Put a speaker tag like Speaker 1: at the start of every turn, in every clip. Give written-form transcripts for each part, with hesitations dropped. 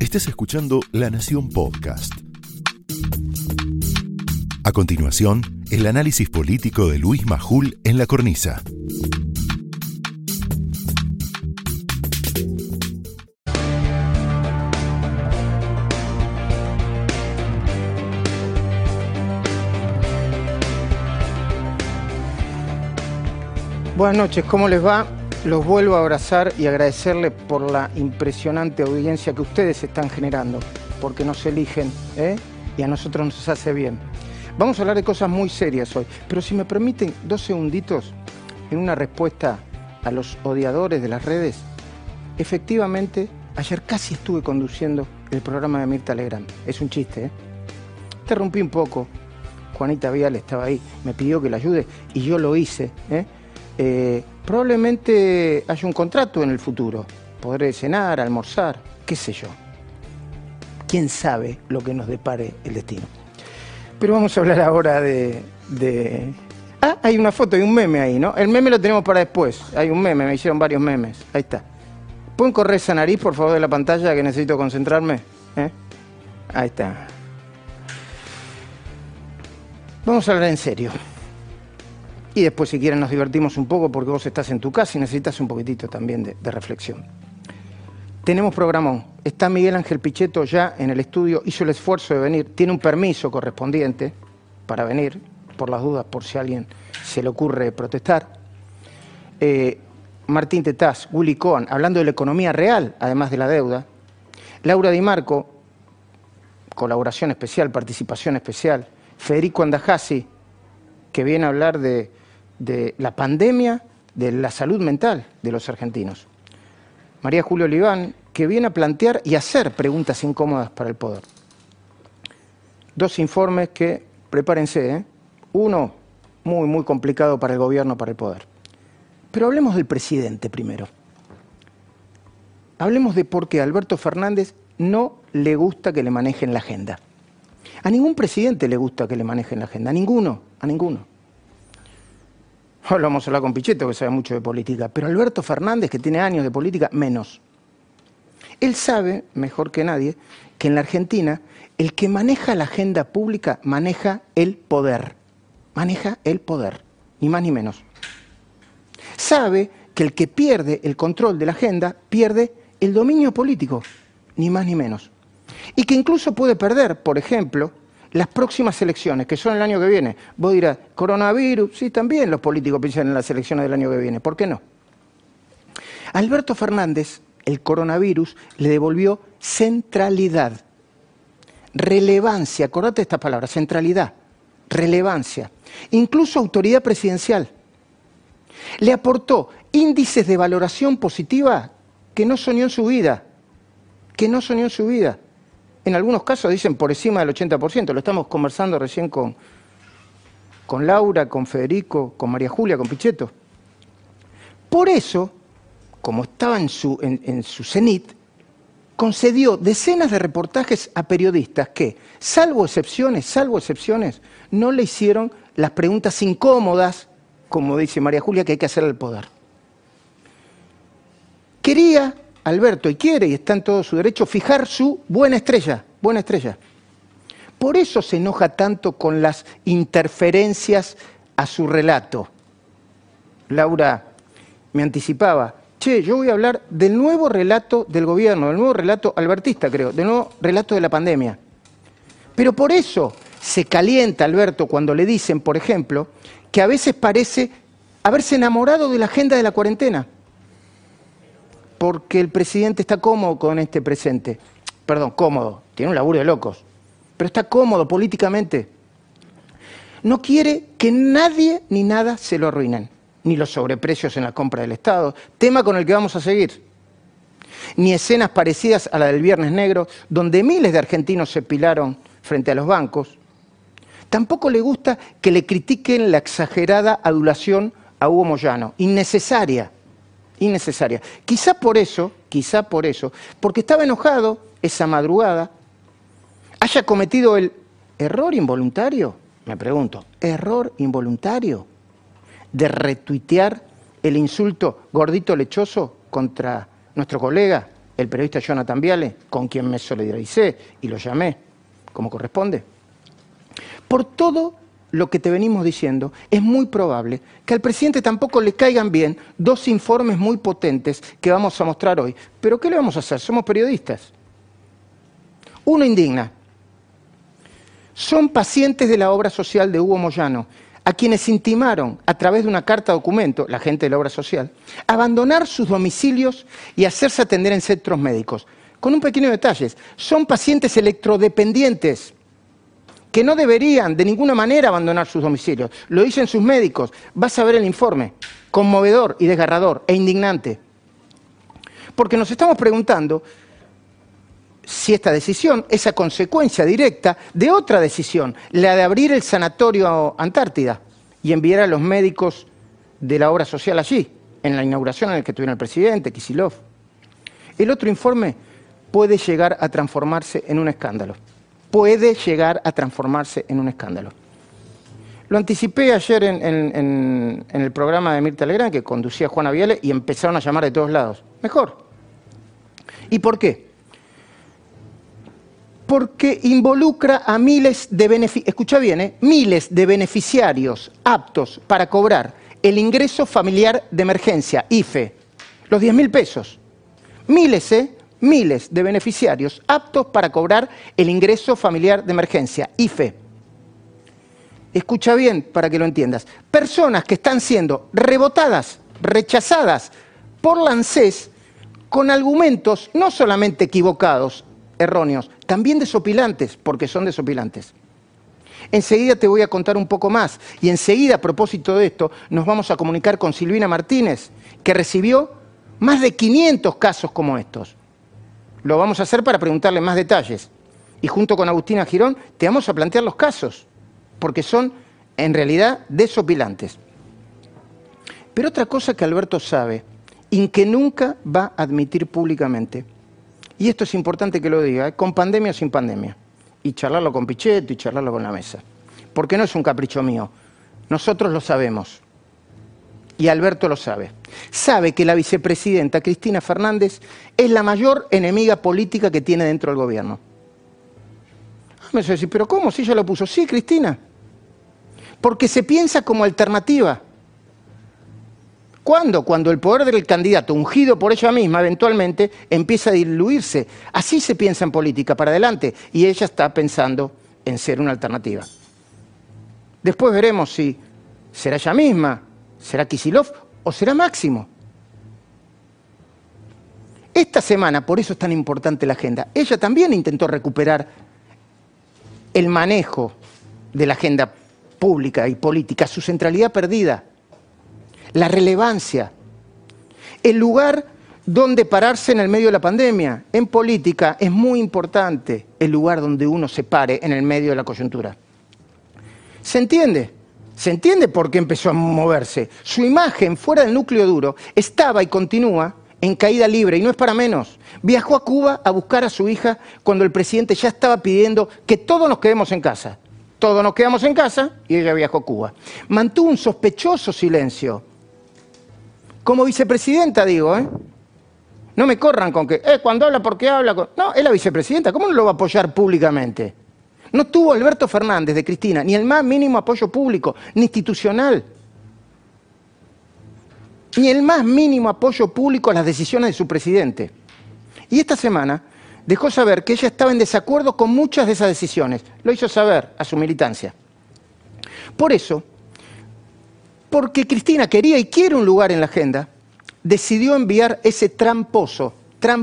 Speaker 1: Estás escuchando La Nación Podcast. A continuación, el análisis político de Luis Majul en La Cornisa.
Speaker 2: Buenas noches, ¿cómo les va? Los vuelvo a abrazar y agradecerles por la impresionante audiencia que ustedes están generando, porque nos eligen, y a nosotros nos hace bien. Vamos a hablar de cosas muy serias hoy, pero si me permiten 2 segunditos en una respuesta a los odiadores de las redes. Efectivamente, ayer casi estuve conduciendo el programa de Mirta Legrand. Es un chiste, Interrumpí un poco. Juanita Vial estaba ahí, me pidió que la ayude y yo lo hice, Probablemente haya un contrato en el futuro. Podré cenar, almorzar, qué sé yo. ¿Quién sabe lo que nos depare el destino? Pero vamos a hablar ahora de... hay una foto, hay un meme ahí, ¿no? El meme lo tenemos para después. Hay un meme, me hicieron varios memes. Ahí está. ¿Pueden correr esa nariz, por favor, de la pantalla, que necesito concentrarme? Ahí está. Vamos a hablar en serio. Y después, si quieren, nos divertimos un poco porque vos estás en tu casa y necesitas un poquitito también de reflexión. Tenemos programón. Está Miguel Ángel Pichetto ya en el estudio, hizo el esfuerzo de venir, tiene un permiso correspondiente para venir, por las dudas, por si a alguien se le ocurre protestar. Martín Tetaz, Willy Cohen, hablando de la economía real, además de la deuda. Laura Di Marco, colaboración especial, participación especial. Federico Andajasi, que viene a hablar de la pandemia, de la salud mental de los argentinos. María Julia Oliván, que viene a plantear y hacer preguntas incómodas para el poder. 2 informes que, prepárense, uno muy, muy complicado para el gobierno, para el poder. Pero hablemos del presidente primero. Hablemos de por qué a Alberto Fernández no le gusta que le manejen la agenda. A ningún presidente le gusta que le manejen la agenda, a ninguno. Ahora vamos a hablar con Pichetto, que sabe mucho de política, pero Alberto Fernández, que tiene años de política, menos. Él sabe, mejor que nadie, que en la Argentina el que maneja la agenda pública maneja el poder. Maneja el poder, ni más ni menos. Sabe que el que pierde el control de la agenda pierde el dominio político, ni más ni menos. Y que incluso puede perder, por ejemplo, las próximas elecciones, que son el año que viene. Vos dirás, coronavirus, sí, también los políticos piensan en las elecciones del año que viene. ¿Por qué no? A Alberto Fernández, el coronavirus le devolvió centralidad, relevancia, acordate de estas palabras, centralidad, relevancia, incluso autoridad presidencial. Le aportó índices de valoración positiva que no soñó en su vida, En algunos casos dicen por encima del 80%. Lo estamos conversando recién con Laura, con Federico, con María Julia, con Pichetto. Por eso, como estaba en su cenit, concedió decenas de reportajes a periodistas que, salvo excepciones, no le hicieron las preguntas incómodas, como dice María Julia, que hay que hacerle al poder. Quería Alberto, y quiere, y está en todo su derecho, fijar su buena estrella. Por eso se enoja tanto con las interferencias a su relato. Laura me anticipaba, yo voy a hablar del nuevo relato del gobierno, del nuevo relato albertista, creo, del nuevo relato de la pandemia. Pero por eso se calienta Alberto cuando le dicen, por ejemplo, que a veces parece haberse enamorado de la agenda de la cuarentena. Porque el presidente está cómodo con este presente. Perdón, cómodo, tiene un laburo de locos, pero está cómodo políticamente. No quiere que nadie ni nada se lo arruinen, ni los sobreprecios en la compra del Estado, tema con el que vamos a seguir, ni escenas parecidas a la del Viernes Negro, donde miles de argentinos se pilaron frente a los bancos. Tampoco le gusta que le critiquen la exagerada adulación a Hugo Moyano, innecesaria. Quizá por eso, porque estaba enojado esa madrugada, haya cometido el error involuntario, me pregunto, error involuntario de retuitear el insulto gordito lechoso contra nuestro colega, el periodista Jonathan Viale, con quien me solidaricé y lo llamé como corresponde. Por todo lo que te venimos diciendo, es muy probable que al presidente tampoco le caigan bien dos informes muy potentes que vamos a mostrar hoy. Pero ¿qué le vamos a hacer? Somos periodistas. Uno indigna. Son pacientes de la obra social de Hugo Moyano, a quienes intimaron a través de una carta documento, la gente de la obra social, abandonar sus domicilios y hacerse atender en centros médicos. Con un pequeño detalle, son pacientes electrodependientes que no deberían de ninguna manera abandonar sus domicilios. Lo dicen sus médicos. Vas a ver el informe, conmovedor y desgarrador e indignante. Porque nos estamos preguntando si esta decisión es a consecuencia directa de otra decisión, la de abrir el sanatorio Antártida y enviar a los médicos de la obra social allí, en la inauguración en la que tuvieron el presidente, Kicillof. El otro informe puede llegar a transformarse en un escándalo. Puede llegar a transformarse en un escándalo. Lo anticipé ayer en el programa de Mirta Legrand, que conducía Juana Viale, y empezaron a llamar de todos lados. Mejor. ¿Y por qué? Porque involucra a miles de beneficiarios, escucha bien, miles de beneficiarios aptos para cobrar el ingreso familiar de emergencia, IFE, los 10.000 pesos. Miles de beneficiarios aptos para cobrar el ingreso familiar de emergencia, IFE. Escucha bien para que lo entiendas. Personas que están siendo rebotadas, rechazadas por la ANSES con argumentos no solamente equivocados, erróneos, también desopilantes, porque son desopilantes. Enseguida te voy a contar un poco más y enseguida, a propósito de esto, nos vamos a comunicar con Silvina Martínez, que recibió más de 500 casos como estos. Lo vamos a hacer para preguntarle más detalles. Y junto con Agustina Girón te vamos a plantear los casos, porque son en realidad desopilantes. Pero otra cosa que Alberto sabe y que nunca va a admitir públicamente, y esto es importante que lo diga, con pandemia o sin pandemia, y charlarlo con Pichetto y charlarlo con la mesa, porque no es un capricho mío, nosotros lo sabemos, y Alberto lo sabe. Sabe que la vicepresidenta Cristina Fernández es la mayor enemiga política que tiene dentro del gobierno. Me suele decir, ¿pero cómo? Si ella lo puso. Sí, Cristina, porque se piensa como alternativa. ¿Cuándo? Cuando el poder del candidato, ungido por ella misma, eventualmente empieza a diluirse. Así se piensa en política, para adelante. Y ella está pensando en ser una alternativa. Después veremos si será ella misma, será Kicillof o será Máximo. Esta semana, por eso es tan importante la agenda, ella también intentó recuperar el manejo de la agenda pública y política, su centralidad perdida. La relevancia, el lugar donde pararse en el medio de la pandemia. En política es muy importante el lugar donde uno se pare en el medio de la coyuntura. ¿Se entiende? ¿Se entiende por qué empezó a moverse? Su imagen fuera del núcleo duro estaba y continúa en caída libre, y no es para menos. Viajó a Cuba a buscar a su hija cuando el presidente ya estaba pidiendo que todos nos quedemos en casa. Todos nos quedamos en casa y ella viajó a Cuba. Mantuvo un sospechoso silencio. Como vicepresidenta, digo, No me corran con que, cuando habla, ¿por qué habla? No, es la vicepresidenta, ¿cómo no lo va a apoyar públicamente? No tuvo Alberto Fernández de Cristina ni el más mínimo apoyo público, ni institucional, ni el más mínimo apoyo público a las decisiones de su presidente. Y esta semana dejó saber que ella estaba en desacuerdo con muchas de esas decisiones. Lo hizo saber a su militancia. Por eso, porque Cristina quería y quiere un lugar en la agenda, decidió enviar ese tramposo,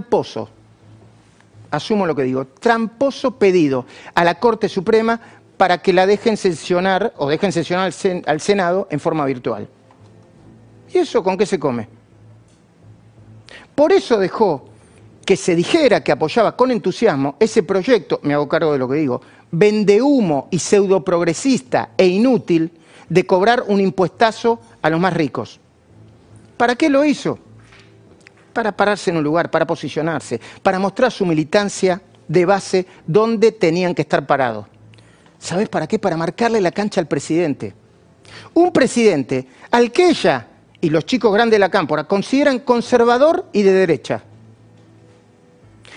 Speaker 2: asumo lo que digo, tramposo pedido a la Corte Suprema para que la dejen sesionar o dejen sesionar al Senado en forma virtual. ¿Y eso con qué se come? Por eso dejó que se dijera que apoyaba con entusiasmo ese proyecto, me hago cargo de lo que digo, vendehumo y pseudoprogresista e inútil de cobrar un impuestazo a los más ricos. ¿Para qué lo hizo? Para pararse en un lugar, para posicionarse, para mostrar su militancia de base donde tenían que estar parados. ¿Sabés para qué? Para marcarle la cancha al presidente. Un presidente al que ella y los chicos grandes de la cámpora consideran conservador y de derecha.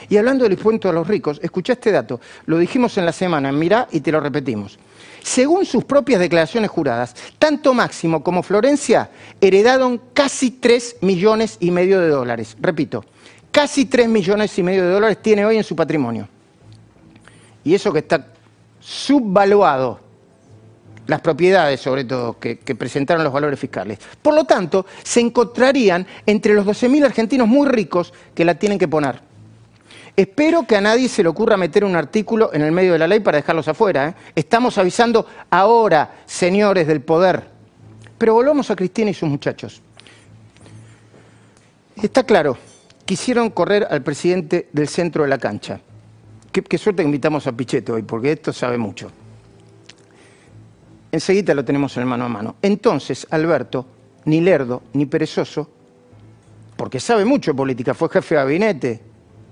Speaker 2: Y hablando del impuesto a los ricos, escuchá este dato, lo dijimos en la semana, mirá y te lo repetimos. Según sus propias declaraciones juradas, tanto Máximo como Florencia heredaron casi 3,5 millones de dólares. Repito, casi 3,5 millones de dólares tiene hoy en su patrimonio. Y eso que está subvaluado, las propiedades sobre todo, que presentaron los valores fiscales. Por lo tanto, se encontrarían entre los 12.000 argentinos muy ricos que la tienen que poner. Espero que a nadie se le ocurra meter un artículo en el medio de la ley para dejarlos afuera, ¿eh? Estamos avisando ahora, señores del poder. Pero volvamos a Cristina y sus muchachos. Está claro, quisieron correr al presidente del centro de la cancha. Qué suerte que invitamos a Pichetto hoy, porque esto sabe mucho. Enseguida lo tenemos en el mano a mano. Entonces, Alberto, ni lerdo, ni perezoso, porque sabe mucho de política, fue jefe de gabinete,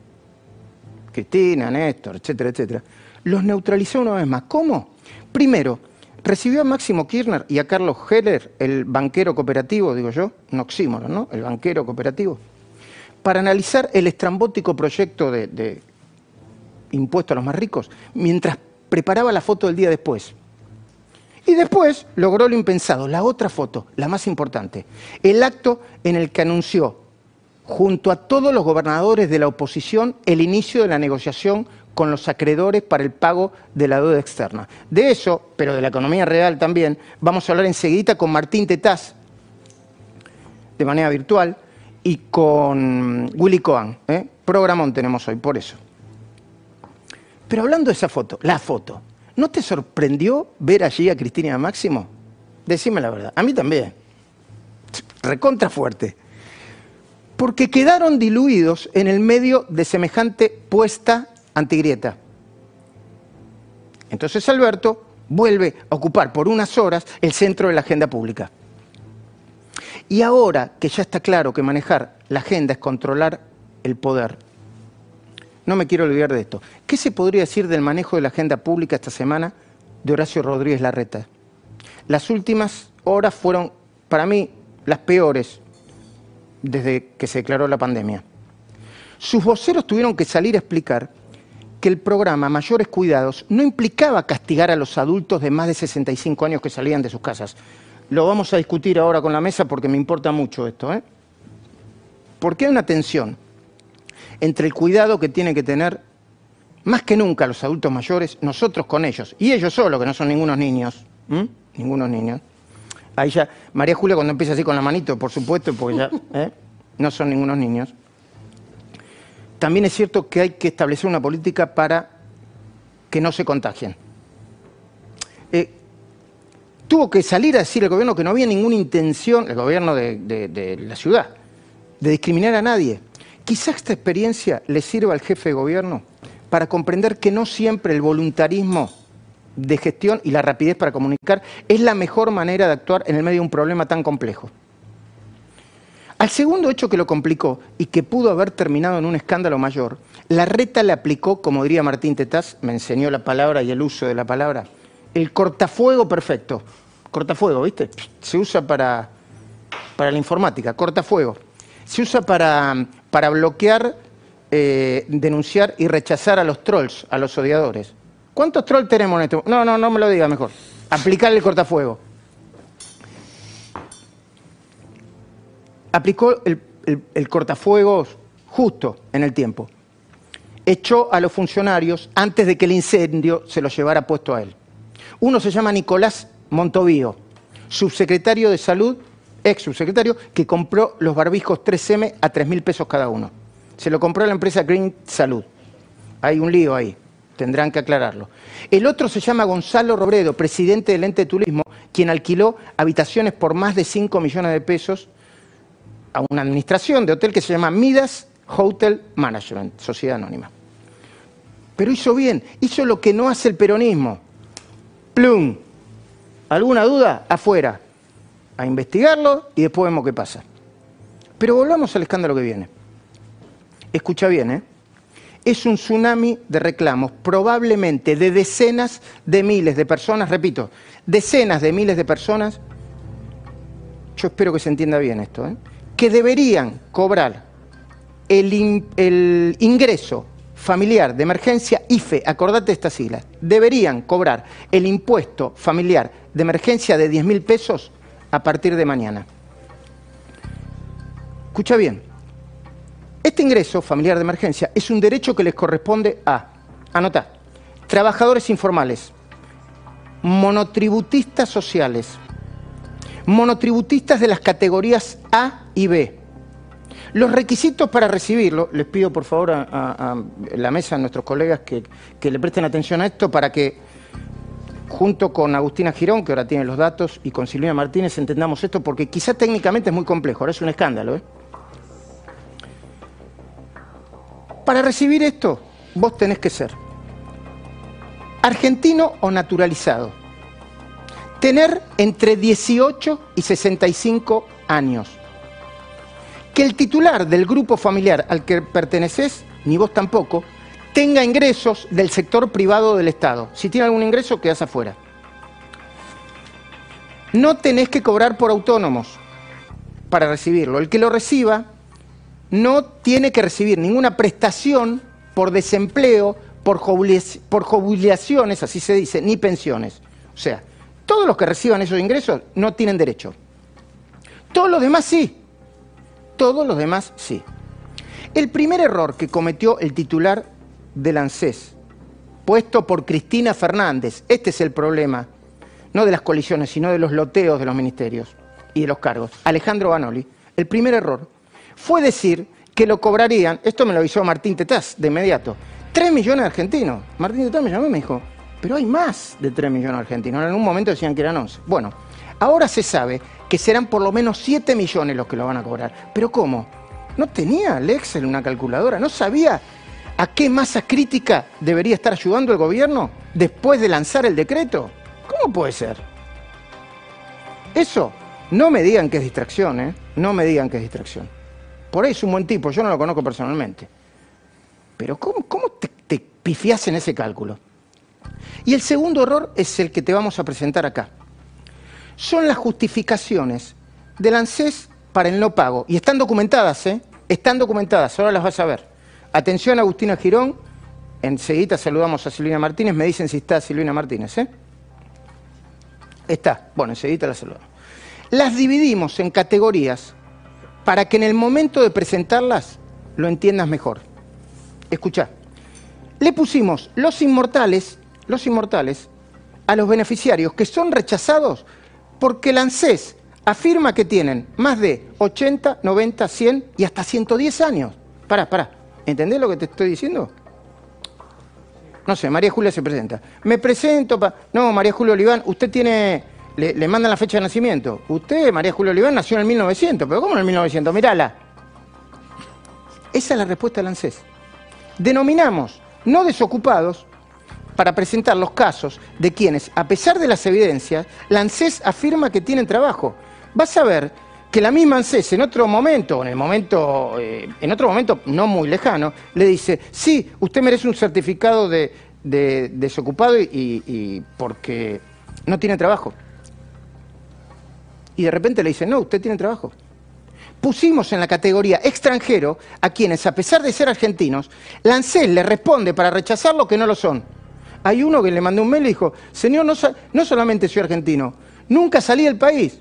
Speaker 2: Cristina, Néstor, etcétera, etcétera, los neutralizó una vez más. ¿Cómo? Primero, recibió a Máximo Kirchner y a Carlos Heller, el banquero cooperativo, digo yo, un oxímoron, ¿no? El banquero cooperativo, para analizar el estrambótico proyecto de impuesto a los más ricos, mientras preparaba la foto del día después. Y después logró lo impensado, la otra foto, la más importante, el acto en el que anunció, junto a todos los gobernadores de la oposición, el inicio de la negociación con los acreedores para el pago de la deuda externa. De eso, pero de la economía real también, vamos a hablar enseguida con Martín Tetaz, de manera virtual, y con Willy Cohen. Programón tenemos hoy, por eso. Pero hablando de esa foto, la foto, ¿no te sorprendió ver allí a Cristina y a Máximo? Decime la verdad, a mí también. Recontra fuerte. Porque quedaron diluidos en el medio de semejante puesta antigrieta. Entonces Alberto vuelve a ocupar por unas horas el centro de la agenda pública. Y ahora que ya está claro que manejar la agenda es controlar el poder, no me quiero olvidar de esto. ¿Qué se podría decir del manejo de la agenda pública esta semana de Horacio Rodríguez Larreta? Las últimas horas fueron, para mí, las peores desde que se declaró la pandemia. Sus voceros tuvieron que salir a explicar que el programa Mayores Cuidados no implicaba castigar a los adultos de más de 65 años que salían de sus casas. Lo vamos a discutir ahora con la mesa porque me importa mucho esto, ¿eh? Porque hay una tensión entre el cuidado que tienen que tener más que nunca los adultos mayores, nosotros con ellos, y ellos solos, que no son ningunos niños, ningunos niños. Ahí ya, María Julia cuando empieza así con la manito, por supuesto, porque ya no son ningunos niños. También es cierto que hay que establecer una política para que no se contagien. Tuvo que salir a decir el gobierno que no había ninguna intención, el gobierno de la ciudad, de discriminar a nadie. Quizá esta experiencia le sirva al jefe de gobierno para comprender que no siempre el voluntarismo de gestión y la rapidez para comunicar es la mejor manera de actuar en el medio de un problema tan complejo. Al segundo hecho que lo complicó y que pudo haber terminado en un escándalo mayor, Larreta le aplicó, como diría Martín Tetaz, me enseñó la palabra y el uso de la palabra, el cortafuego perfecto. Cortafuego, ¿viste? Se usa para la informática, cortafuego. Se usa para bloquear, denunciar y rechazar a los trolls, a los odiadores. ¿Cuántos trolls tenemos en este momento? No me lo diga mejor. Aplicar el cortafuego. Aplicó el cortafuegos justo en el tiempo. Echó a los funcionarios antes de que el incendio se los llevara puesto a él. Uno se llama Nicolás Montovío, subsecretario de Salud, ex subsecretario, que compró los barbijos 3M a 3.000 pesos cada uno. Se lo compró la empresa Green Salud. Hay un lío ahí, tendrán que aclararlo. El otro se llama Gonzalo Robredo, presidente del ente de turismo, quien alquiló habitaciones por más de 5 millones de pesos a una administración de hotel que se llama Midas Hotel Management, sociedad anónima. Pero hizo bien, hizo lo que no hace el peronismo. ¡Plum! ¿Alguna duda? Afuera. A investigarlo y después vemos qué pasa. Pero volvamos al escándalo que viene. Escucha bien, ¿eh? Es un tsunami de reclamos, probablemente de decenas de miles de personas, repito, decenas de miles de personas, yo espero que se entienda bien esto, que deberían cobrar el ingreso familiar de emergencia, IFE, acordate estas siglas, deberían cobrar el impuesto familiar de emergencia de 10.000 pesos a partir de mañana. Escucha bien, este ingreso familiar de emergencia es un derecho que les corresponde a, anotá, trabajadores informales, monotributistas sociales, monotributistas de las categorías A y B. Los requisitos para recibirlo, les pido por favor a la mesa, a nuestros colegas que le presten atención a esto para que, junto con Agustina Girón, que ahora tiene los datos, y con Silvina Martínez entendamos esto, porque quizá técnicamente es muy complejo, ahora es un escándalo, ¿eh? Para recibir esto, vos tenés que ser argentino o naturalizado, tener entre 18 y 65 años, que el titular del grupo familiar al que perteneces, ni vos tampoco, tenga ingresos del sector privado del Estado. Si tiene algún ingreso, quedás afuera. No tenés que cobrar por autónomos para recibirlo. El que lo reciba no tiene que recibir ninguna prestación por desempleo, por jubilaciones, así se dice, ni pensiones. O sea, todos los que reciban esos ingresos no tienen derecho. Todos los demás sí. Todos los demás sí. El primer error que cometió el titular del ANSES, puesto por Cristina Fernández, este es el problema, no de las colisiones, sino de los loteos de los ministerios y de los cargos, Alejandro Banoli, el primer error fue decir que lo cobrarían, esto me lo avisó Martín Tetaz de inmediato, 3 millones de argentinos. Martín Tetaz me llamó y me dijo, pero hay más de 3 millones de argentinos, en un momento decían que eran 11. Bueno, ahora se sabe que serán por lo menos 7 millones los que lo van a cobrar. ¿Pero cómo? ¿No tenía el Excel una calculadora? ¿No sabía a qué masa crítica debería estar ayudando el gobierno después de lanzar el decreto? ¿Cómo puede ser? Eso, no me digan que es distracción, ¿eh? No me digan que es distracción. Por ahí es un buen tipo, yo no lo conozco personalmente. Pero ¿cómo te pifiás en ese cálculo? Y el segundo error es el que te vamos a presentar acá. Son las justificaciones del ANSES para el no pago. Y están documentadas, ¿eh? Están documentadas, ahora las vas a ver. Atención, Agustina Girón. Enseguida saludamos a Silvina Martínez. Me dicen si está Silvina Martínez, ¿eh? Está. Bueno, enseguida la saludamos. Las dividimos en categorías para que en el momento de presentarlas lo entiendas mejor. Escuchá. Le pusimos los inmortales a los beneficiarios que son rechazados porque el ANSES afirma que tienen más de 80, 90, 100 y hasta 110 años. Pará. ¿Entendés lo que te estoy diciendo? No sé, María Julia se presenta. Me presento No, María Julia Oliván, usted tiene... Le mandan la fecha de nacimiento. Usted, María Julia Oliván, nació en el 1900. ¿Pero cómo en el 1900? Mírala. Esa es la respuesta del ANSES. Denominamos no desocupados para presentar los casos de quienes, a pesar de las evidencias, la ANSES afirma que tienen trabajo. Vas a ver que la misma ANSES en otro momento, en otro momento no muy lejano, le dice, sí, usted merece un certificado de desocupado y porque no tiene trabajo. Y de repente le dicen, no, usted tiene trabajo. Pusimos en la categoría extranjero a quienes, a pesar de ser argentinos, la ANSES le responde para rechazarlo que no lo son. Hay uno que le mandó un mail y dijo, señor, no solamente soy argentino, nunca salí del país.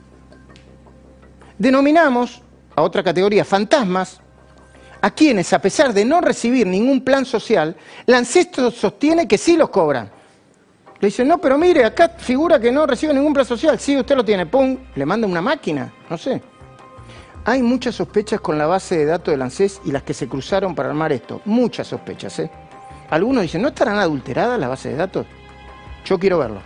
Speaker 2: Denominamos a otra categoría fantasmas a quienes, a pesar de no recibir ningún plan social, la ANSES sostiene que sí los cobran. Le dicen, no, pero mire, acá figura que no recibe ningún plan social. Sí, usted lo tiene. Pum, le manda una máquina, no sé. Hay muchas sospechas con la base de datos del ANSES y las que se cruzaron para armar esto. Muchas sospechas, ¿eh? Algunos dicen, ¿no estarán adulteradas las bases de datos? Yo quiero verlo.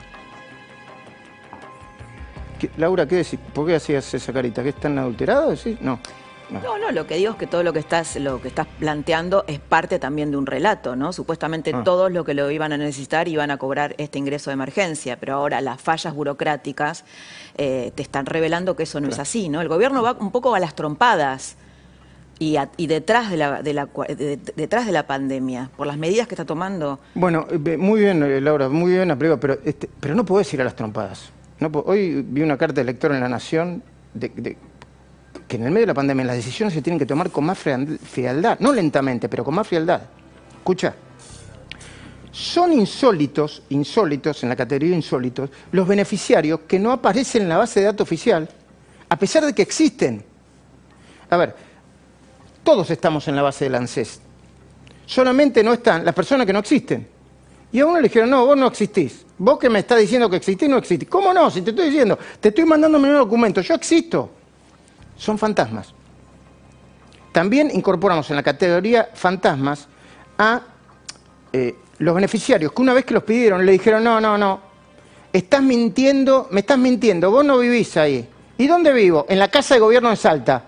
Speaker 2: Laura, ¿qué decís? ¿Por qué hacías esa carita? ¿Que están adulterados? ¿Sí? No.
Speaker 3: No, lo que digo es que todo lo que estás planteando es parte también de un relato, ¿no? Supuestamente todos los que lo iban a necesitar iban a cobrar este ingreso de emergencia, pero ahora las fallas burocráticas te están revelando que eso no es así, ¿no? El gobierno va un poco a las trompadas y detrás de la pandemia, por las medidas que está tomando.
Speaker 2: Bueno, muy bien, Laura, muy bien la prueba, pero no podés ir a las trompadas. No, hoy vi una carta de lector en La Nación que en el medio de la pandemia las decisiones se tienen que tomar con más frialdad, no lentamente, pero con más frialdad. Escucha, son insólitos, en la categoría de insólitos, los beneficiarios que no aparecen en la base de datos oficial, a pesar de que existen. A ver, todos estamos en la base del ANSES, solamente no están las personas que no existen. Y a uno le dijeron, no, vos no existís. Vos que me estás diciendo que existís, no existís. ¿Cómo no? Si te estoy diciendo, te estoy mandando un documento, yo existo. Son fantasmas. También incorporamos en la categoría fantasmas a los beneficiarios que una vez que los pidieron le dijeron, no, estás mintiendo, me estás mintiendo, vos no vivís ahí. ¿Y dónde vivo? En la Casa de Gobierno de Salta.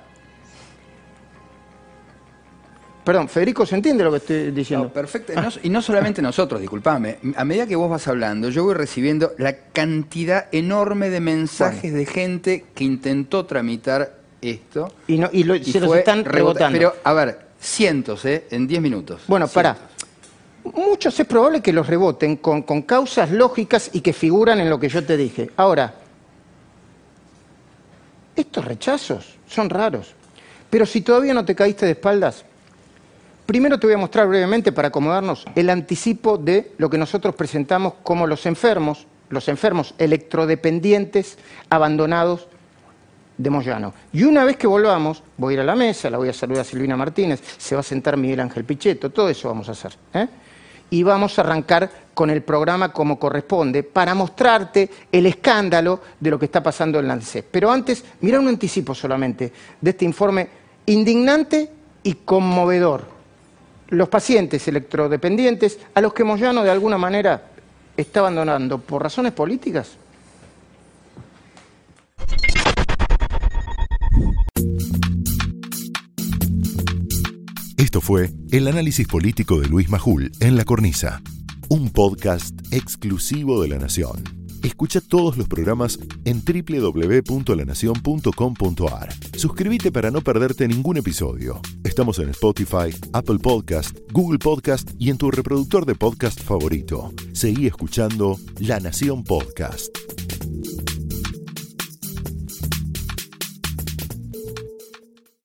Speaker 2: Perdón, Federico, ¿se entiende lo que estoy diciendo?
Speaker 4: No, perfecto. Y no solamente nosotros, disculpame. A medida que vos vas hablando, yo voy recibiendo la cantidad enorme de mensajes de gente que intentó tramitar esto.
Speaker 2: Se los están rebotando.
Speaker 4: Pero, a ver, cientos, en 10 minutos.
Speaker 2: Bueno,
Speaker 4: cientos.
Speaker 2: pará. Muchos es probable que los reboten con causas lógicas y que figuran en lo que yo te dije. Ahora, estos rechazos son raros. Pero si todavía no te caíste de espaldas, primero te voy a mostrar brevemente, para acomodarnos, el anticipo de lo que nosotros presentamos como los enfermos electrodependientes abandonados de Moyano. Y una vez que volvamos, voy a ir a la mesa, la voy a saludar a Silvina Martínez, se va a sentar Miguel Ángel Pichetto, todo eso vamos a hacer. Y vamos a arrancar con el programa como corresponde para mostrarte el escándalo de lo que está pasando en la ANSES. Pero antes, mira un anticipo solamente de este informe indignante y conmovedor. Los pacientes electrodependientes a los que Moyano de alguna manera está abandonando por razones políticas.
Speaker 1: Esto fue el análisis político de Luis Majul en La Cornisa, un podcast exclusivo de La Nación. Escucha todos los programas en www.lanacion.com.ar. Suscríbete para no perderte ningún episodio. Estamos en Spotify, Apple Podcast, Google Podcast y en tu reproductor de podcast favorito. Seguí escuchando La Nación Podcast.